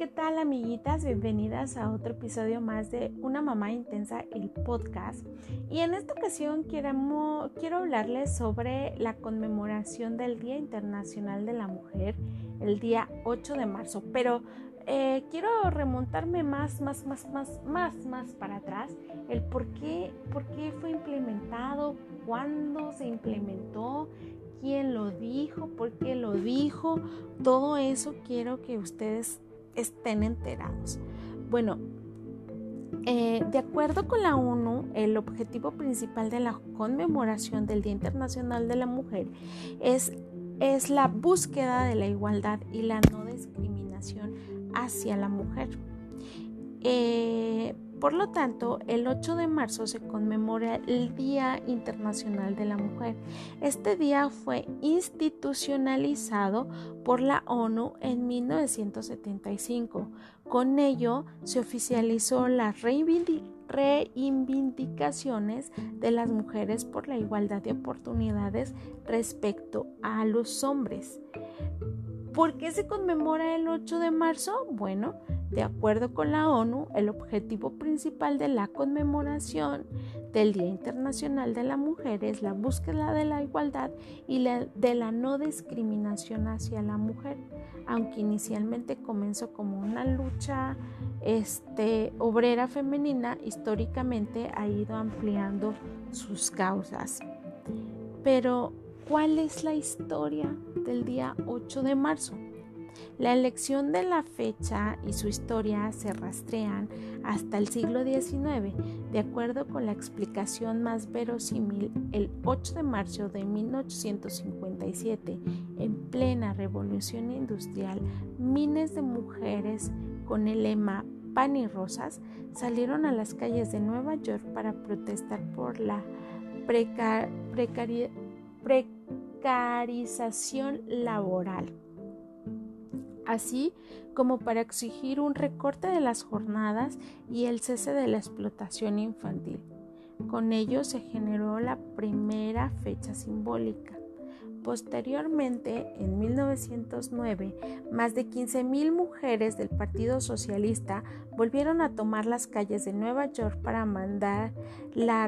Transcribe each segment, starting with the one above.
¿qué tal, amiguitas? Bienvenidas a otro episodio más de Una Mamá Intensa, el podcast. Y en esta ocasión quiero hablarles sobre la conmemoración del Día Internacional de la Mujer, el día 8 de marzo. Pero quiero remontarme más para atrás, el por qué fue implementado, cuándo se implementó, quién lo dijo, por qué lo dijo. Todo eso quiero que ustedes estén enterados. Bueno, de acuerdo con la ONU, el objetivo principal de la conmemoración del Día Internacional de la Mujer es la búsqueda de la igualdad y la no discriminación hacia la mujer. Por lo tanto, el 8 de marzo se conmemora el Día Internacional de la Mujer. Este día fue institucionalizado por la ONU en 1975. Con ello se oficializó las reivindicaciones de las mujeres por la igualdad de oportunidades respecto a los hombres. ¿Por qué se conmemora el 8 de marzo? Bueno, de acuerdo con la ONU, el objetivo principal de la conmemoración del Día Internacional de la Mujer es la búsqueda de la igualdad y de la no discriminación hacia la mujer, aunque inicialmente comenzó como una lucha obrera femenina, históricamente ha ido ampliando sus causas. Pero, ¿cuál es la historia del día 8 de marzo? La elección de la fecha y su historia se rastrean hasta el siglo XIX. De acuerdo con la explicación más verosímil, el 8 de marzo de 1857, en plena revolución industrial, miles de mujeres con el lema "Pan y Rosas" salieron a las calles de Nueva York para protestar por la precarización laboral, así como para exigir un recorte de las jornadas y el cese de la explotación infantil. Con ello se generó la primera fecha simbólica. Posteriormente, en 1909, más de 15,000 mujeres del Partido Socialista volvieron a tomar las calles de Nueva York para demandar la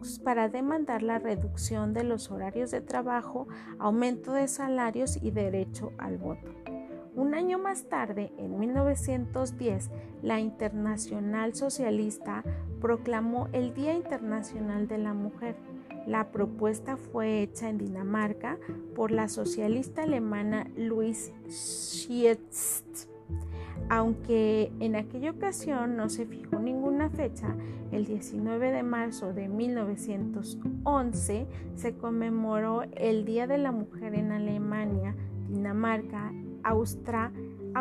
reducción de los horarios de trabajo, aumento de salarios y derecho al voto. Un año más tarde, en 1910, la Internacional Socialista proclamó el Día Internacional de la Mujer. La propuesta fue hecha en Dinamarca por la socialista alemana Louise Schietz. Aunque en aquella ocasión no se fijó ninguna fecha, el 19 de marzo de 1911 se conmemoró el Día de la Mujer en Alemania, Dinamarca, Austria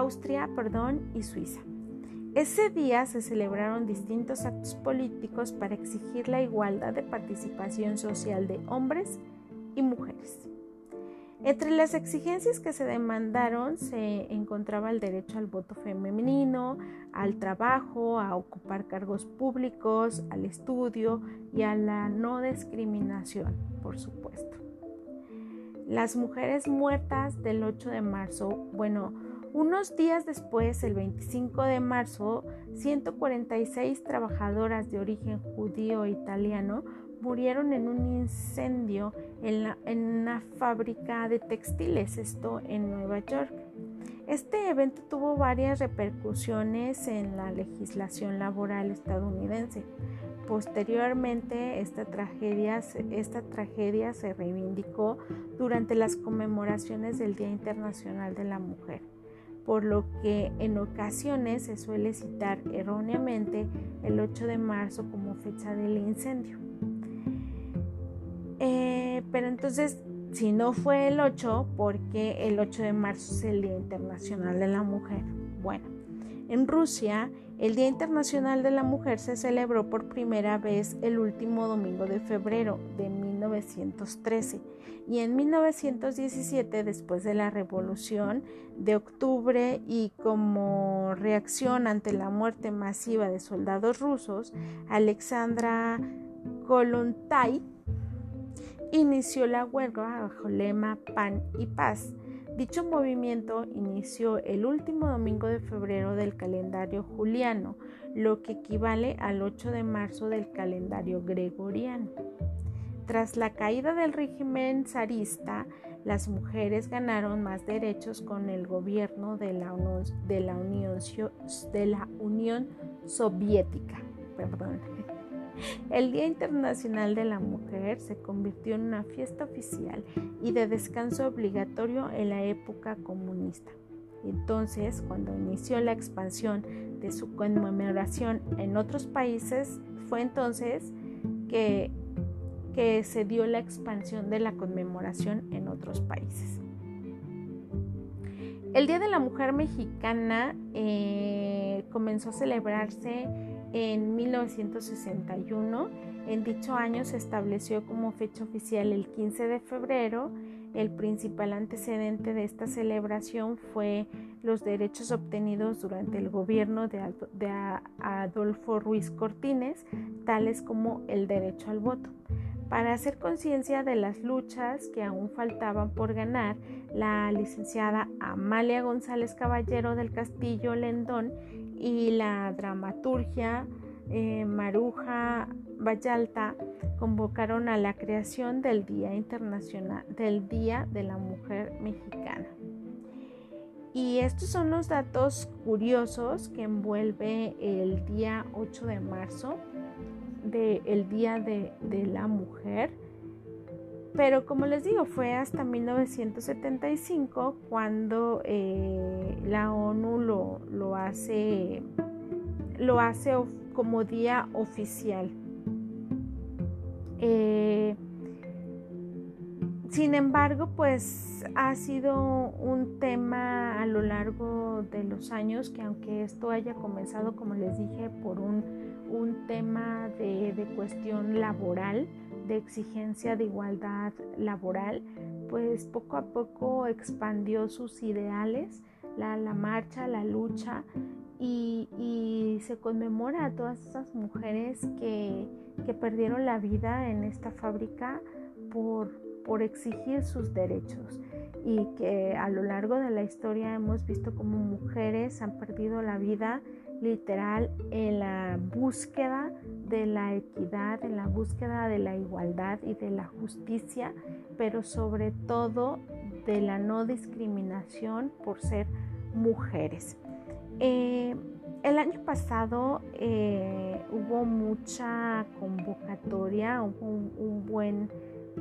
y Suiza. Ese día se celebraron distintos actos políticos para exigir la igualdad de participación social de hombres y mujeres. Entre las exigencias que se demandaron se encontraba el derecho al voto femenino, al trabajo, a ocupar cargos públicos, al estudio y a la no discriminación, por supuesto. Las mujeres muertas del 8 de marzo, unos días después, el 25 de marzo, 146 trabajadoras de origen judío e italiano murieron en un incendio en una fábrica de textiles, esto en Nueva York. Este evento tuvo varias repercusiones en la legislación laboral estadounidense. Posteriormente, esta tragedia se reivindicó durante las conmemoraciones del Día Internacional de la Mujer, por lo que en ocasiones se suele citar erróneamente el 8 de marzo como fecha del incendio. Pero entonces, si no fue el 8, ¿por qué el 8 de marzo es el Día Internacional de la Mujer? Bueno, en Rusia, el Día Internacional de la Mujer se celebró por primera vez el último domingo de febrero de 1913 y en 1917, después de la Revolución de Octubre y como reacción ante la muerte masiva de soldados rusos, Alexandra Kollontai inició la huelga bajo el lema "Pan y Paz", Dicho movimiento inició el último domingo de febrero del calendario juliano, lo que equivale al 8 de marzo del calendario gregoriano. Tras la caída del régimen zarista, las mujeres ganaron más derechos con el gobierno de la Unión Soviética. El Día Internacional de la Mujer se convirtió en una fiesta oficial y de descanso obligatorio en la época comunista. Entonces, cuando inició la expansión de su conmemoración en otros países, fue entonces que se dio la expansión de la conmemoración en otros países. El Día de la Mujer Mexicana comenzó a celebrarse en 1961. En dicho año se estableció como fecha oficial el 15 de febrero. El principal antecedente de esta celebración fue los derechos obtenidos durante el gobierno de Adolfo Ruiz Cortines, tales como el derecho al voto. Para hacer conciencia de las luchas que aún faltaban por ganar, la licenciada Amalia González Caballero del Castillo Lendón y la dramaturgia Maruja Vallalta convocaron a la creación del Día Internacional del Día de la Mujer Mexicana. Y estos son los datos curiosos que envuelve el día 8 de marzo, del Día de la Mujer. Pero como les digo, fue hasta 1975 cuando la ONU lo hace como día oficial. Sin embargo, pues ha sido un tema a lo largo de los años que, aunque esto haya comenzado, como les dije, por un tema de cuestión laboral, de exigencia de igualdad laboral, pues poco a poco expandió sus ideales, la marcha, la lucha, y se conmemora a todas esas mujeres que perdieron la vida en esta fábrica por exigir sus derechos, y que a lo largo de la historia hemos visto cómo mujeres han perdido la vida literal en la búsqueda de la equidad, en la búsqueda de la igualdad y de la justicia, pero sobre todo de la no discriminación por ser mujeres. El año pasado hubo mucha convocatoria, hubo un buen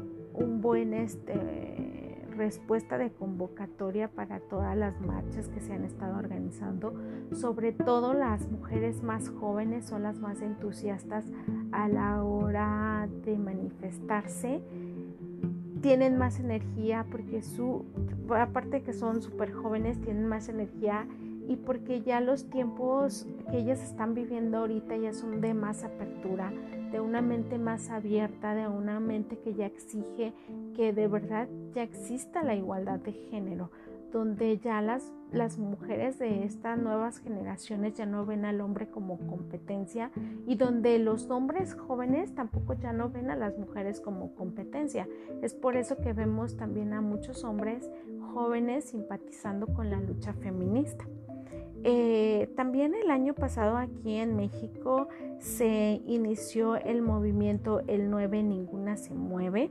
respuesta de convocatoria para todas las marchas que se han estado organizando. Sobre todo las mujeres más jóvenes son las más entusiastas a la hora de manifestarse. Tienen más energía porque aparte que son súper jóvenes, tienen más energía, y porque ya los tiempos que ellas están viviendo ahorita ya son de más apertura, de una mente más abierta, de una mente que ya exige que de verdad ya exista la igualdad de género, donde ya las mujeres de estas nuevas generaciones ya no ven al hombre como competencia, y donde los hombres jóvenes tampoco ya no ven a las mujeres como competencia. Es por eso que vemos también a muchos hombres jóvenes simpatizando con la lucha feminista. También el año pasado aquí en México se inició el movimiento El 9 Ninguna se mueve,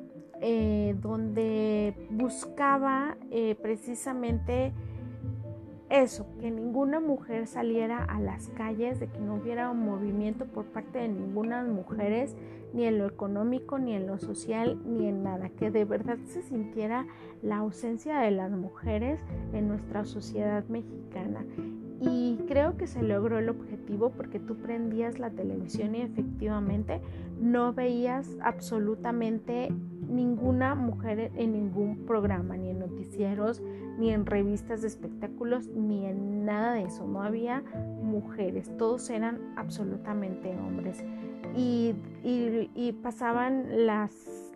donde buscaba precisamente eso, que ninguna mujer saliera a las calles, de que no hubiera un movimiento por parte de ninguna mujer, ni en lo económico, ni en lo social, ni en nada, que de verdad se sintiera la ausencia de las mujeres en nuestra sociedad mexicana. Y creo que se logró el objetivo, porque tú prendías la televisión y efectivamente no veías absolutamente ninguna mujer en ningún programa, ni en noticieros, ni en revistas de espectáculos, ni en nada de eso. No había mujeres, todos eran absolutamente hombres. Y pasaban las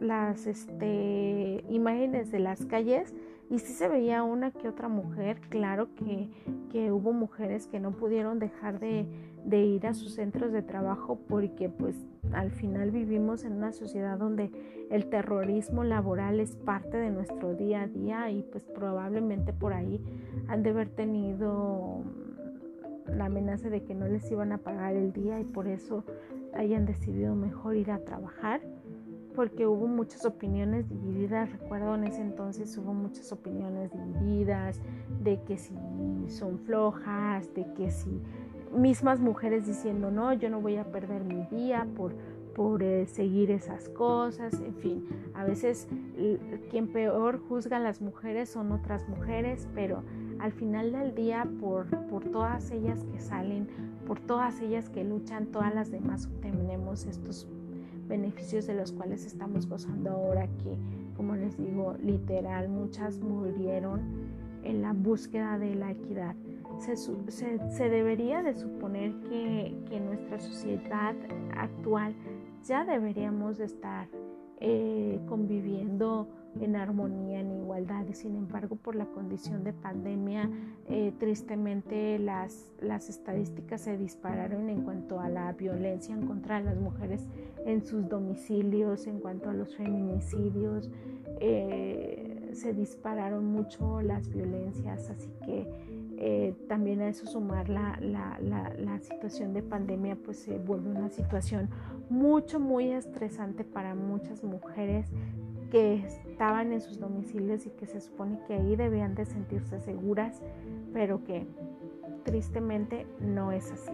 imágenes de las calles, y sí se veía una que otra mujer. Claro que hubo mujeres que no pudieron dejar de de ir a sus centros de trabajo, porque pues al final vivimos en una sociedad donde el terrorismo laboral es parte de nuestro día a día, y pues probablemente por ahí han de haber tenido la amenaza de que no les iban a pagar el día y por eso hayan decidido mejor ir a trabajar, porque hubo muchas opiniones divididas. Recuerdo en ese entonces hubo muchas opiniones divididas de que si son flojas, de que si mismas mujeres diciendo no, yo no voy a perder mi día por seguir esas cosas. En fin, a veces quien peor juzga a las mujeres son otras mujeres, pero al final del día por todas ellas que salen, por todas ellas que luchan, todas las demás obtenemos estos beneficios de los cuales estamos gozando ahora, que como les digo, literal muchas murieron en la búsqueda de la equidad. Se debería de suponer que en nuestra sociedad actual ya deberíamos de estar conviviendo en armonía, en igualdad, y sin embargo por la condición de pandemia tristemente las estadísticas se dispararon en cuanto a la violencia en contra de las mujeres en sus domicilios, en cuanto a los feminicidios, se dispararon mucho las violencias, así que también a eso sumar la situación de pandemia, pues se vuelve una situación muy estresante para muchas mujeres que estaban en sus domicilios y que se supone que ahí debían de sentirse seguras, pero que tristemente no es así.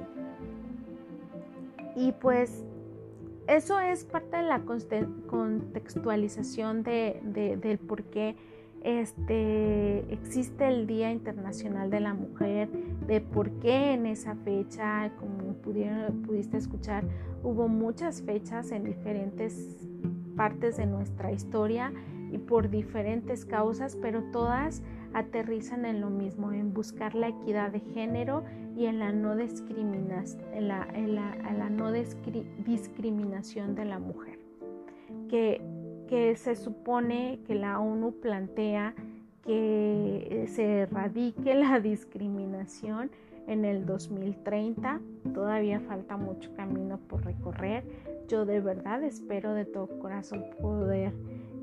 Y pues eso es parte de la contextualización del por qué existe el Día Internacional de la Mujer, de por qué en esa fecha, como pudiste escuchar, hubo muchas fechas en diferentes partes de nuestra historia y por diferentes causas, pero todas aterrizan en lo mismo, en buscar la equidad de género y en la no discriminación de la mujer, que se supone que la ONU plantea que se erradique la discriminación en el 2030. Todavía falta mucho camino por recorrer. Yo de verdad espero de todo corazón poder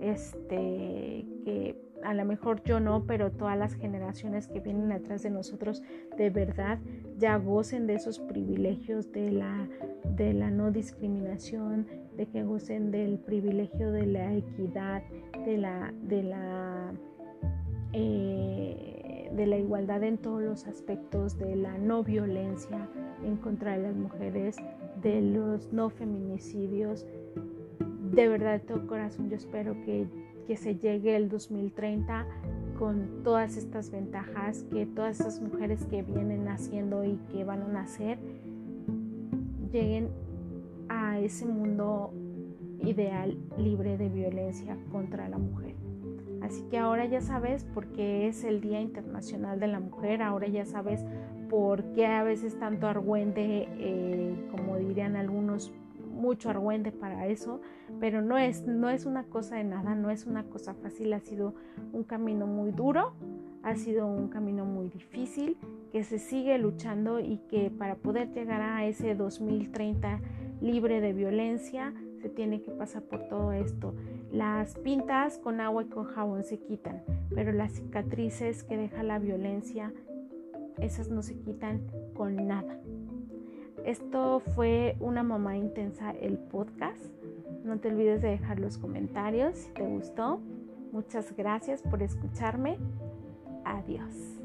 que a lo mejor yo no, pero todas las generaciones que vienen atrás de nosotros de verdad ya gocen de esos privilegios de la no discriminación, de que gocen del privilegio de la equidad, de la igualdad en todos los aspectos, de la no violencia en contra de las mujeres, de los no feminicidios. De verdad, de todo corazón, yo espero que se llegue el 2030 con todas estas ventajas, que todas estas mujeres que vienen naciendo y que van a nacer lleguen a ese mundo ideal, libre de violencia contra la mujer. Así que ahora ya sabes por qué es el Día Internacional de la Mujer, ahora ya sabes por qué a veces tanto argüende, como dirían algunos, mucho argüende para eso, pero no es una cosa de nada, no es una cosa fácil, ha sido un camino muy duro, ha sido un camino muy difícil, que se sigue luchando y que para poder llegar a ese 2030 libre de violencia se tiene que pasar por todo esto. Las pintas con agua y con jabón se quitan, pero las cicatrices que deja la violencia, esas no se quitan con nada. Esto fue Una Mamá Intensa, el podcast. No te olvides de dejar los comentarios si te gustó. Muchas gracias por escucharme. Adiós.